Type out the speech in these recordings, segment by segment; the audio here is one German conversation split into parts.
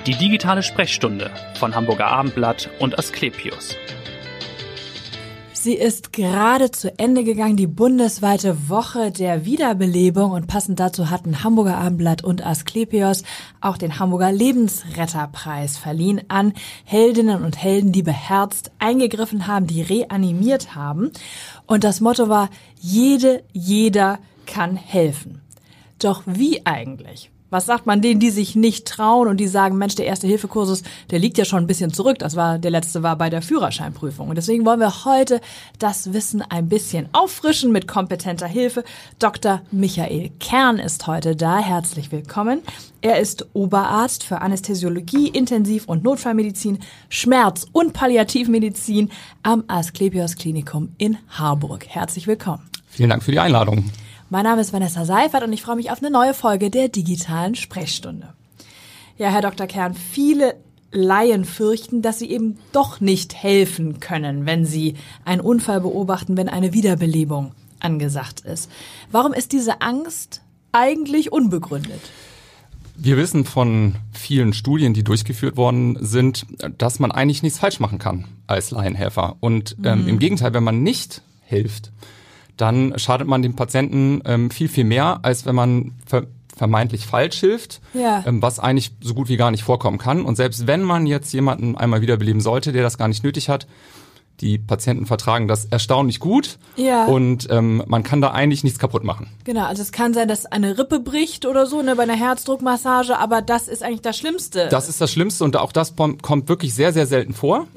Die digitale Sprechstunde von Hamburger Abendblatt und Asklepios. Sie ist gerade zu Ende gegangen, die bundesweite Woche der Wiederbelebung, und passend dazu hatten Hamburger Abendblatt und Asklepios auch den Hamburger Lebensretterpreis verliehen an Heldinnen und Helden, die beherzt eingegriffen haben, die reanimiert haben. Und das Motto war: jeder kann helfen. Doch wie eigentlich? Was sagt man denen, die sich nicht trauen und die sagen, Mensch, der Erste-Hilfe-Kursus, der liegt ja schon ein bisschen zurück. Der letzte war bei der Führerscheinprüfung. Und deswegen wollen wir heute das Wissen ein bisschen auffrischen mit kompetenter Hilfe. Dr. Michael Kern ist heute da. Herzlich willkommen. Er ist Oberarzt für Anästhesiologie, Intensiv- und Notfallmedizin, Schmerz- und Palliativmedizin am Asklepios Klinikum in Harburg. Herzlich willkommen. Vielen Dank für die Einladung. Mein Name ist Vanessa Seifert und ich freue mich auf eine neue Folge der digitalen Sprechstunde. Ja, Herr Dr. Kern, viele Laien fürchten, dass sie eben doch nicht helfen können, wenn sie einen Unfall beobachten, wenn eine Wiederbelebung angesagt ist. Warum ist diese Angst eigentlich unbegründet? Wir wissen von vielen Studien, die durchgeführt worden sind, dass man eigentlich nichts falsch machen kann als Laienhelfer. Und im Gegenteil, wenn man nicht hilft, dann schadet man dem Patienten viel mehr, als wenn man vermeintlich falsch hilft, was eigentlich so gut wie gar nicht vorkommen kann. Und selbst wenn man jetzt jemanden einmal wiederbeleben sollte, der das gar nicht nötig hat, die Patienten vertragen das erstaunlich gut und man kann da eigentlich nichts kaputt machen. Genau, also es kann sein, dass eine Rippe bricht oder so, bei einer Herzdruckmassage, aber das ist eigentlich das Schlimmste. Das ist das Schlimmste und auch das kommt wirklich sehr, sehr selten vor,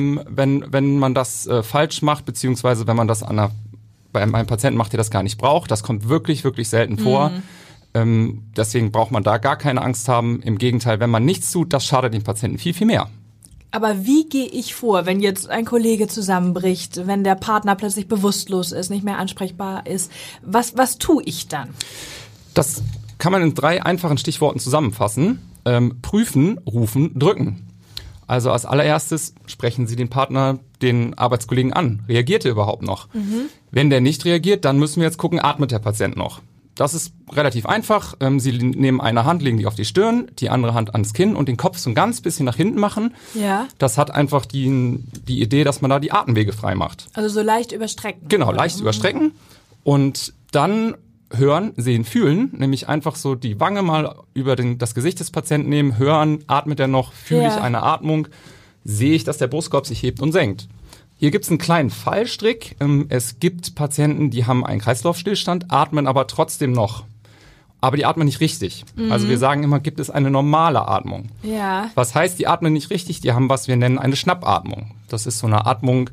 wenn man das falsch macht, beziehungsweise wenn man das bei einem Patienten macht, der das gar nicht braucht. Das kommt wirklich, wirklich selten vor. Deswegen braucht man da gar keine Angst haben. Im Gegenteil, wenn man nichts tut, das schadet dem Patienten viel, viel mehr. Aber wie gehe ich vor, wenn jetzt ein Kollege zusammenbricht, wenn der Partner plötzlich bewusstlos ist, nicht mehr ansprechbar ist? Was tue ich dann? Das kann man in 3 einfachen Stichworten zusammenfassen. Prüfen, rufen, drücken. Also als allererstes sprechen Sie den Partner, den Arbeitskollegen an. Reagiert er überhaupt noch? Wenn der nicht reagiert, dann müssen wir jetzt gucken, atmet der Patient noch? Das ist relativ einfach. Sie nehmen eine Hand, legen die auf die Stirn, die andere Hand ans Kinn und den Kopf so ein ganz bisschen nach hinten machen. Ja. Das hat einfach die Idee, dass man da die Atemwege frei macht. Also so leicht überstrecken. Genau, leicht überstrecken und dann hören, sehen, fühlen, nämlich einfach so die Wange mal über das Gesicht des Patienten nehmen, hören, atmet er noch, fühle ich eine Atmung, sehe ich, dass der Brustkorb sich hebt und senkt. Hier gibt es einen kleinen Fallstrick. Es gibt Patienten, die haben einen Kreislaufstillstand, atmen aber trotzdem noch. Aber die atmen nicht richtig. Also wir sagen immer, gibt es eine normale Atmung. Ja. Was heißt, die atmen nicht richtig? Die haben, was wir nennen, eine Schnappatmung. Das ist so eine Atmung,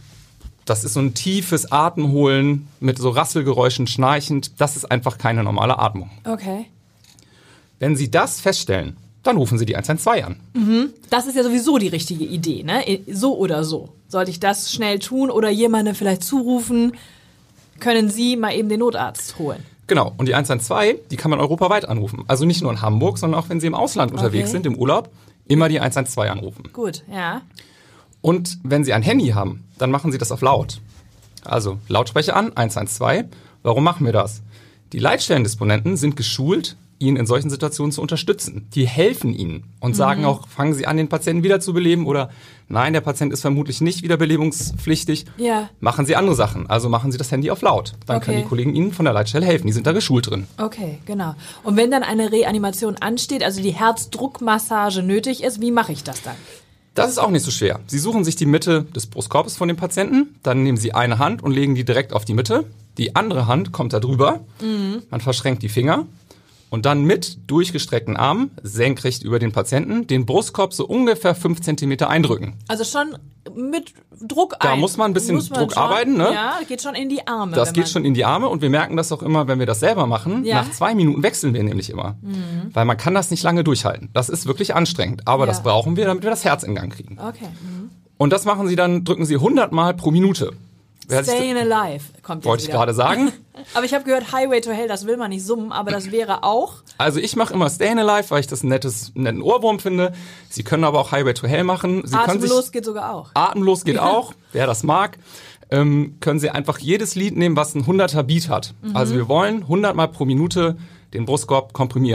das ist so ein tiefes Atemholen mit so Rasselgeräuschen, schnarchend. Das ist einfach keine normale Atmung. Okay. Wenn Sie das feststellen, dann rufen Sie die 112 an. Das ist ja sowieso die richtige Idee, ne? So oder so. Sollte ich das schnell tun oder jemandem vielleicht zurufen, können Sie mal eben den Notarzt holen? Genau. Und die 112, die kann man europaweit anrufen. Also nicht nur in Hamburg, sondern auch wenn Sie im Ausland unterwegs sind, im Urlaub, immer die 112 anrufen. Gut, ja. Und wenn Sie ein Handy haben, dann machen Sie das auf laut. Also Lautsprecher an, 112. Warum machen wir das? Die Leitstellendisponenten sind geschult, Ihnen in solchen Situationen zu unterstützen. Die helfen Ihnen und sagen auch, fangen Sie an, den Patienten wiederzubeleben oder nein, der Patient ist vermutlich nicht wiederbelebungspflichtig. Ja. Machen Sie andere Sachen. Also machen Sie das Handy auf laut. Dann können die Kollegen Ihnen von der Leitstelle helfen. Die sind da geschult drin. Okay, genau. Und wenn dann eine Reanimation ansteht, also die Herzdruckmassage nötig ist, wie mache ich das dann? Das ist auch nicht so schwer. Sie suchen sich die Mitte des Brustkorbes von dem Patienten, dann nehmen Sie eine Hand und legen die direkt auf die Mitte. Die andere Hand kommt da drüber. Man verschränkt die Finger. Und dann mit durchgestreckten Armen, senkrecht über den Patienten, den Brustkorb so ungefähr 5 Zentimeter eindrücken. Also schon mit Druck Da muss man ein bisschen Druck arbeiten, ne? Ja, geht schon in die Arme. Das geht schon in die Arme und wir merken das auch immer, wenn wir das selber machen. Ja. Nach 2 Minuten wechseln wir nämlich immer. Weil man kann das nicht lange durchhalten. Das ist wirklich anstrengend. Aber das brauchen wir, damit wir das Herz in Gang kriegen. Okay. Und das machen Sie dann, drücken Sie 100 Mal pro Minute. Stayin' Alive kommt jetzt Wollte ich wieder. gerade sagen. Aber ich habe gehört, Highway to Hell, das will man nicht summen, aber das wäre auch... Also ich mache immer Stayin' Alive, weil ich das einen netten Ohrwurm finde. Sie können aber auch Highway to Hell machen. Sie Atemlos geht sogar auch. Atemlos geht auch, wer das mag. Können Sie einfach jedes Lied nehmen, was einen 100er Beat hat. Also wir wollen 100 Mal pro Minute den Brustkorb komprimieren.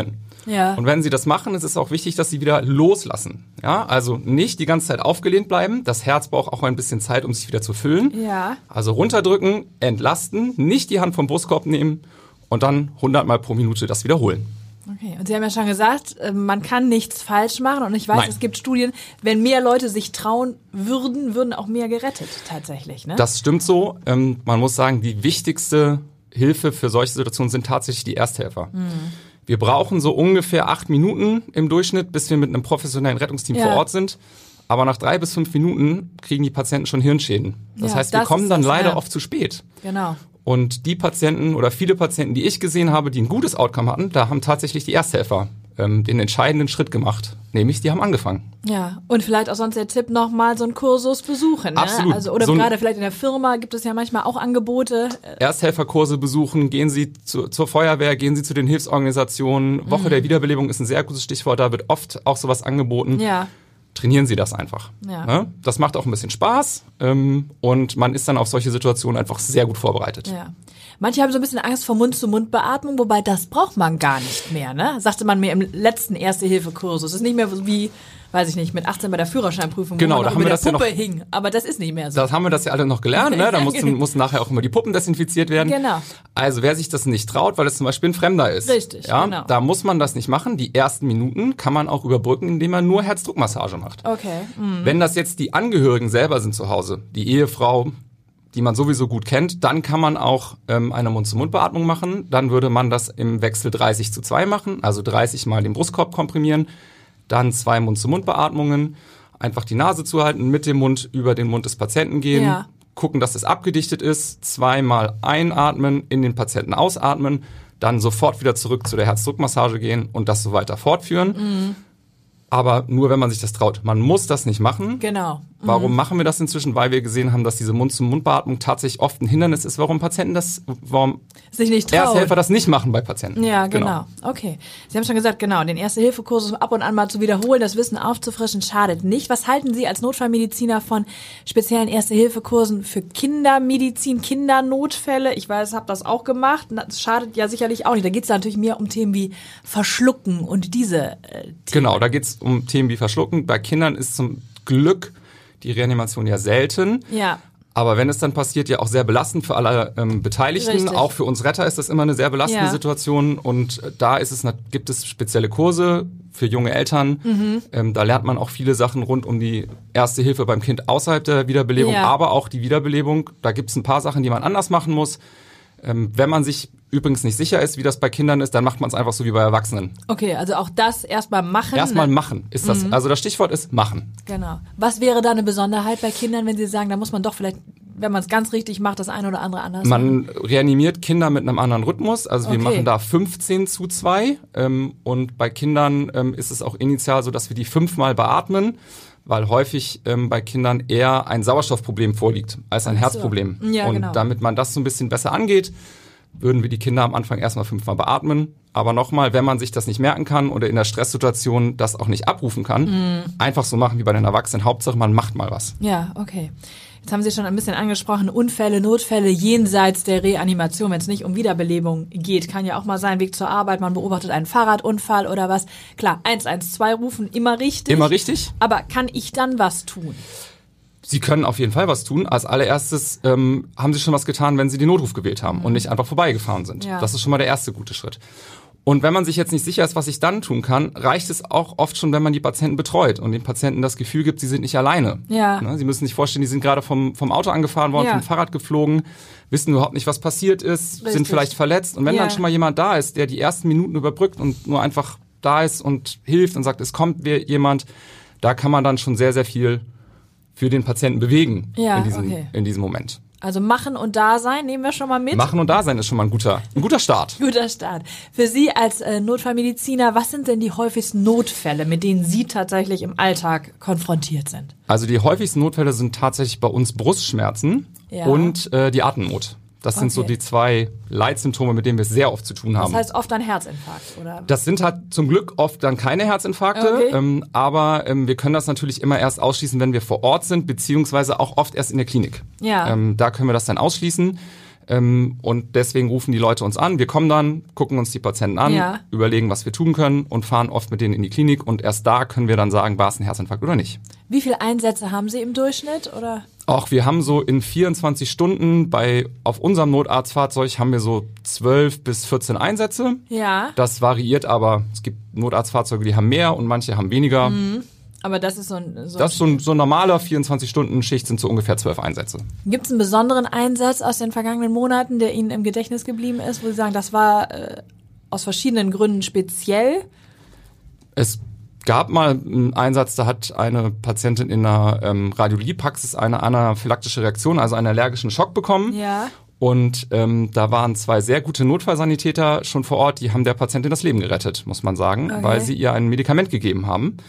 Ja. Und wenn Sie das machen, ist es auch wichtig, dass Sie wieder loslassen. Ja, also nicht die ganze Zeit aufgelehnt bleiben. Das Herz braucht auch ein bisschen Zeit, um sich wieder zu füllen. Ja. Also runterdrücken, entlasten, nicht die Hand vom Brustkorb nehmen und dann 100 Mal pro Minute das wiederholen. Okay, und Sie haben ja schon gesagt, man kann nichts falsch machen und ich weiß, Nein. es gibt Studien, wenn mehr Leute sich trauen würden auch mehr gerettet tatsächlich, ne? Das stimmt so. Man muss sagen, die wichtigste Hilfe für solche Situationen sind tatsächlich die Ersthelfer. Wir brauchen so ungefähr 8 Minuten im Durchschnitt, bis wir mit einem professionellen Rettungsteam vor Ort sind. Aber nach 3 bis 5 Minuten kriegen die Patienten schon Hirnschäden. Das heißt, wir kommen dann leider oft zu spät. Genau. Und die Patienten oder viele Patienten, die ich gesehen habe, die ein gutes Outcome hatten, da haben tatsächlich die Ersthelfer den entscheidenden Schritt gemacht. Nämlich, die haben angefangen. Ja, und vielleicht auch sonst der Tipp, nochmal so einen Kursus besuchen. Ne? Absolut. Also, oder so gerade vielleicht in der Firma gibt es ja manchmal auch Angebote. Ersthelferkurse besuchen, gehen Sie zur Feuerwehr, gehen Sie zu den Hilfsorganisationen. Woche der Wiederbelebung ist ein sehr gutes Stichwort, da wird oft auch sowas angeboten. Ja. Trainieren Sie das einfach. Ja. Ne? Das macht auch ein bisschen Spaß und man ist dann auf solche Situationen einfach sehr gut vorbereitet. Ja. Manche haben so ein bisschen Angst vor Mund-zu-Mund-Beatmung, wobei das braucht man gar nicht mehr, ne? Sagte man mir im letzten Erste-Hilfe-Kurs. Es ist nicht mehr so wie, weiß ich nicht, mit 18 bei der Führerscheinprüfung, genau, wo man da noch haben über wir der das Puppe ja noch, hing. Aber das ist nicht mehr so. Das haben wir das ja alle noch gelernt, ne? Da mussten nachher auch immer die Puppen desinfiziert werden. Genau. Also wer sich das nicht traut, weil es zum Beispiel ein Fremder ist. Richtig, ja, genau. Da muss man das nicht machen. Die ersten Minuten kann man auch überbrücken, indem man nur Herzdruckmassage macht. Okay. Wenn das jetzt die Angehörigen selber sind zu Hause, die Ehefrau, die man sowieso gut kennt, dann kann man auch eine Mund-zu-Mund-Beatmung machen. Dann würde man das im Wechsel 30:2 machen, also 30 Mal den Brustkorb komprimieren, dann 2 Mund-zu-Mund-Beatmungen, einfach die Nase zuhalten, mit dem Mund über den Mund des Patienten gehen, Ja. gucken, dass es abgedichtet ist, 2-mal einatmen, in den Patienten ausatmen, dann sofort wieder zurück zu der Herzdruckmassage gehen und das so weiter fortführen. Aber nur, wenn man sich das traut. Man muss das nicht machen. Genau. Warum machen wir das inzwischen? Weil wir gesehen haben, dass diese Mund-zu-Mund-Beatmung tatsächlich oft ein Hindernis ist, warum Sich nicht trauen. Ersthelfer das nicht machen bei Patienten. Ja, genau. Okay. Sie haben schon gesagt, genau, den Erste-Hilfe-Kurs ab und an mal zu wiederholen, das Wissen aufzufrischen, schadet nicht. Was halten Sie als Notfallmediziner von speziellen Erste-Hilfe-Kursen für Kindermedizin, Kindernotfälle? Ich weiß, habe das auch gemacht. Das schadet ja sicherlich auch nicht. Da geht es natürlich mehr um Themen wie Verschlucken und diese Themen. Genau, da geht es um Themen wie Verschlucken. Bei Kindern ist zum Glück die Reanimation ja selten. Ja. Aber wenn es dann passiert, ja auch sehr belastend für alle Beteiligten. Richtig. Auch für uns Retter ist das immer eine sehr belastende Ja. Situation. Und da gibt es spezielle Kurse für junge Eltern. Da lernt man auch viele Sachen rund um die Erste Hilfe beim Kind außerhalb der Wiederbelebung, Ja. aber auch die Wiederbelebung. Da gibt es ein paar Sachen, die man anders machen muss. Wenn man sich übrigens nicht sicher ist, wie das bei Kindern ist, dann macht man es einfach so wie bei Erwachsenen. Okay, also auch das erstmal machen. Erstmal ne? machen ist das. Also das Stichwort ist machen. Genau. Was wäre da eine Besonderheit bei Kindern, wenn Sie sagen, da muss man doch vielleicht, wenn man es ganz richtig macht, das eine oder andere anders machen? Man reanimiert Kinder mit einem anderen Rhythmus. Also wir Okay. machen da 15:2. Und bei Kindern ist es auch initial so, dass wir die 5-mal beatmen, weil häufig bei Kindern eher ein Sauerstoffproblem vorliegt als ein Ach so. Herzproblem. Ja, und genau. damit man das so ein bisschen besser angeht, würden wir die Kinder am Anfang erstmal 5-mal beatmen. Aber nochmal, wenn man sich das nicht merken kann oder in der Stresssituation das auch nicht abrufen kann, einfach so machen wie bei den Erwachsenen. Hauptsache, man macht mal was. Ja, okay. Jetzt haben Sie schon ein bisschen angesprochen, Unfälle, Notfälle jenseits der Reanimation, wenn es nicht um Wiederbelebung geht. Kann ja auch mal sein, Weg zur Arbeit, man beobachtet einen Fahrradunfall oder was. Klar, 112 rufen, immer richtig. Immer richtig? Aber kann ich dann was tun? Sie können auf jeden Fall was tun. Als allererstes haben Sie schon was getan, wenn Sie den Notruf gewählt haben und nicht einfach vorbeigefahren sind. Ja. Das ist schon mal der erste gute Schritt. Und wenn man sich jetzt nicht sicher ist, was ich dann tun kann, reicht es auch oft schon, wenn man die Patienten betreut und den Patienten das Gefühl gibt, sie sind nicht alleine. Ja. Ne? Sie müssen sich vorstellen, die sind gerade vom Auto angefahren worden, Ja. vom Fahrrad geflogen, wissen überhaupt nicht, was passiert ist, Richtig. sind vielleicht verletzt. Und wenn Ja. dann schon mal jemand da ist, der die ersten Minuten überbrückt und nur einfach da ist und hilft und sagt, es kommt jemand, da kann man dann schon sehr, sehr viel für den Patienten bewegen Ja, in diesem Moment. Also machen und da sein, nehmen wir schon mal mit. Machen und da sein ist schon mal ein guter Start. Guter Start. Für Sie als Notfallmediziner, was sind denn die häufigsten Notfälle, mit denen Sie tatsächlich im Alltag konfrontiert sind? Also die häufigsten Notfälle sind tatsächlich bei uns Brustschmerzen Ja. und die Atemnot. Das sind so Okay. die 2 Leitsymptome, mit denen wir sehr oft zu tun haben. Das heißt oft ein Herzinfarkt, oder? Das sind halt zum Glück oft dann keine Herzinfarkte, Okay. aber wir können das natürlich immer erst ausschließen, wenn wir vor Ort sind, beziehungsweise auch oft erst in der Klinik. Ja. Da können wir das dann ausschließen. Und deswegen rufen die Leute uns an. Wir kommen dann, gucken uns die Patienten an, überlegen, was wir tun können und fahren oft mit denen in die Klinik. Und erst da können wir dann sagen, war es ein Herzinfarkt oder nicht. Wie viele Einsätze haben Sie im Durchschnitt? Oder? Auch wir haben so in 24 Stunden auf unserem Notarztfahrzeug haben wir so 12 bis 14 Einsätze. Ja. Das variiert aber. Es gibt Notarztfahrzeuge, die haben mehr und manche haben weniger. Mhm. Aber das ist so ein normaler 24-Stunden-Schicht sind so ungefähr 12 Einsätze. Gibt es einen besonderen Einsatz aus den vergangenen Monaten, der Ihnen im Gedächtnis geblieben ist, wo Sie sagen, das war aus verschiedenen Gründen speziell? Es gab mal einen Einsatz, da hat eine Patientin in einer Radiologiepraxis eine anaphylaktische Reaktion, also einen allergischen Schock bekommen. Ja. Und da waren 2 sehr gute Notfallsanitäter schon vor Ort, die haben der Patientin das Leben gerettet, muss man sagen, weil sie ihr ein Medikament gegeben haben.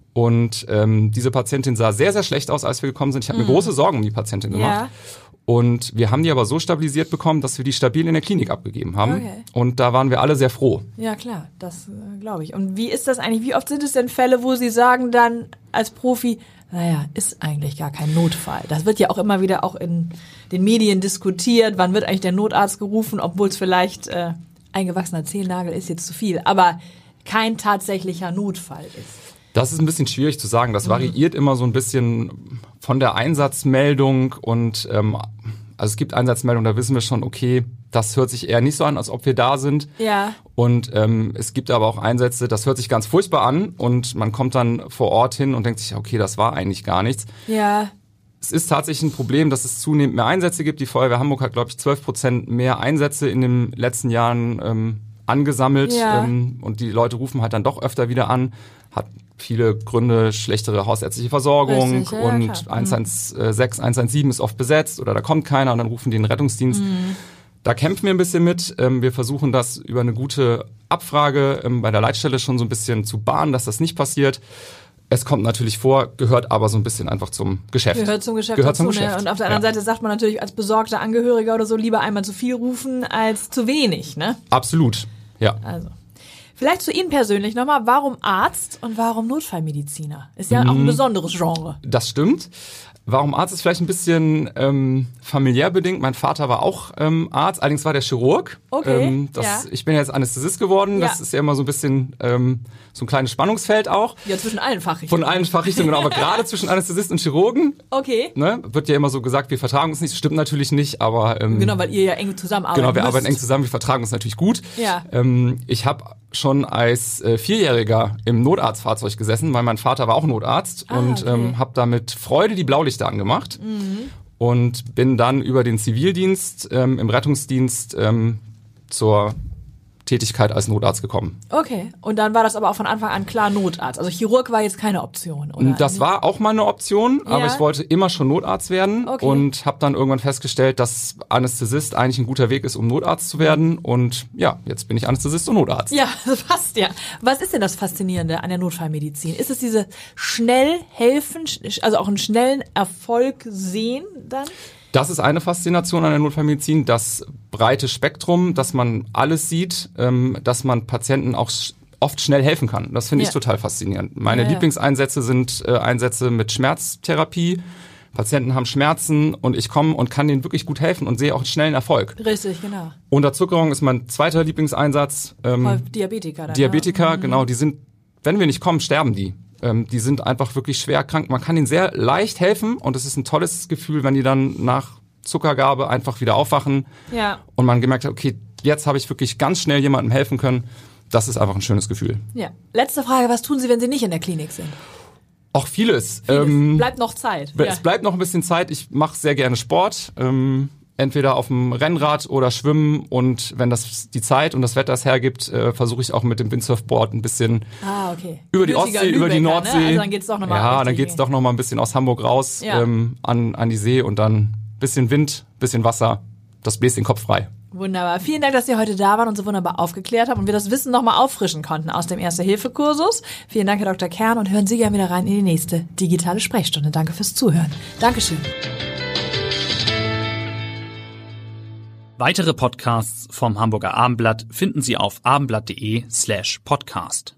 Und diese Patientin sah sehr, sehr schlecht aus, als wir gekommen sind. Ich habe mir große Sorgen um die Patientin gemacht. Ja. Und wir haben die aber so stabilisiert bekommen, dass wir die stabil in der Klinik abgegeben haben. Okay. Und da waren wir alle sehr froh. Ja, klar, das glaube ich. Und wie ist das eigentlich? Wie oft sind es denn Fälle, wo Sie sagen dann als Profi, naja, ist eigentlich gar kein Notfall? Das wird ja auch immer wieder auch in den Medien diskutiert. Wann wird eigentlich der Notarzt gerufen, obwohl es vielleicht eingewachsener Zehennagel ist jetzt zu viel, aber kein tatsächlicher Notfall ist. Das ist ein bisschen schwierig zu sagen. Das variiert immer so ein bisschen von der Einsatzmeldung und also es gibt Einsatzmeldungen, da wissen wir schon, okay, das hört sich eher nicht so an, als ob wir da sind. Ja. Und es gibt aber auch Einsätze, das hört sich ganz furchtbar an und man kommt dann vor Ort hin und denkt sich, okay, das war eigentlich gar nichts. Ja. Es ist tatsächlich ein Problem, dass es zunehmend mehr Einsätze gibt. Die Feuerwehr Hamburg hat, glaube ich, 12% mehr Einsätze in den letzten Jahren angesammelt. Ja. Und die Leute rufen halt dann doch öfter wieder an. Hat viele Gründe, schlechtere hausärztliche Versorgung. Richtig, ja, und klar. 116, 117 ist oft besetzt oder da kommt keiner und dann rufen die den Rettungsdienst. Da kämpfen wir ein bisschen mit. Wir versuchen das über eine gute Abfrage bei der Leitstelle schon so ein bisschen zu bahnen, dass das nicht passiert. Es kommt natürlich vor, gehört aber so ein bisschen einfach zum Geschäft. Gehört zum Geschäft. Ne? Und auf der anderen Seite sagt man natürlich als besorgter Angehöriger oder so, lieber einmal zu viel rufen als zu wenig, ne? Absolut, ja. Also. Vielleicht zu Ihnen persönlich nochmal, warum Arzt und warum Notfallmediziner? Ist ja auch ein besonderes Genre. Das stimmt. Warum Arzt ist vielleicht ein bisschen familiär bedingt. Mein Vater war auch Arzt, allerdings war der Chirurg. Okay, Ich bin jetzt Anästhesist geworden. Das ist ja immer so ein bisschen so ein kleines Spannungsfeld auch. Ja, zwischen allen Fachrichtungen. Von allen Fachrichtungen, genau, aber gerade zwischen Anästhesist und Chirurgen. Okay. Ne, wird ja immer so gesagt, wir vertragen uns nicht. Das stimmt natürlich nicht, aber... genau, weil ihr ja eng zusammenarbeitet. Genau, wir arbeiten eng zusammen, wir vertragen uns natürlich gut. Ja. Ich habe schon als 4-Jähriger im Notarztfahrzeug gesessen, weil mein Vater war auch Notarzt und habe da mit Freude die Blaulichter angemacht und bin dann über den Zivildienst im Rettungsdienst zur Tätigkeit als Notarzt gekommen. Okay, und dann war das aber auch von Anfang an klar Notarzt. Also Chirurg war jetzt keine Option, oder? Das war auch mal eine Option, aber ich wollte immer schon Notarzt werden und habe dann irgendwann festgestellt, dass Anästhesist eigentlich ein guter Weg ist, um Notarzt zu werden. Und ja, jetzt bin ich Anästhesist und Notarzt. Ja, das passt ja. Was ist denn das Faszinierende an der Notfallmedizin? Ist es diese schnell helfen, also auch einen schnellen Erfolg sehen dann? Das ist eine Faszination an der Notfallmedizin, das breite Spektrum, dass man alles sieht, dass man Patienten auch oft schnell helfen kann. Das finde ich total faszinierend. Meine Lieblingseinsätze sind Einsätze mit Schmerztherapie. Patienten haben Schmerzen und ich komme und kann denen wirklich gut helfen und sehe auch einen schnellen Erfolg. Richtig, genau. Unterzuckerung ist mein zweiter Lieblingseinsatz. Diabetiker dann. Diabetiker, genau, die sind, wenn wir nicht kommen, sterben die. Die sind einfach wirklich schwer krank. Man kann ihnen sehr leicht helfen und es ist ein tolles Gefühl, wenn die dann nach Zuckergabe einfach wieder aufwachen und man gemerkt hat, okay, jetzt habe ich wirklich ganz schnell jemandem helfen können. Das ist einfach ein schönes Gefühl. Ja. Letzte Frage, was tun Sie, wenn Sie nicht in der Klinik sind? Auch vieles. Bleibt noch Zeit. Es bleibt noch ein bisschen Zeit. Ich mache sehr gerne Sport. Entweder auf dem Rennrad oder schwimmen und wenn das die Zeit und das Wetter es hergibt, versuche ich auch mit dem Windsurfboard ein bisschen über die Ostsee, Lübecker, über die Nordsee. Ne? Also dann geht's doch noch mal dann geht's doch noch mal ein bisschen aus Hamburg raus an die See und dann bisschen Wind, bisschen Wasser. Das bläst den Kopf frei. Wunderbar. Vielen Dank, dass Sie heute da waren und so wunderbar aufgeklärt haben und wir das Wissen nochmal auffrischen konnten aus dem Erste-Hilfe-Kursus. Vielen Dank, Herr Dr. Kern, und hören Sie gerne wieder rein in die nächste digitale Sprechstunde. Danke fürs Zuhören. Dankeschön. Weitere Podcasts vom Hamburger Abendblatt finden Sie auf abendblatt.de/podcast.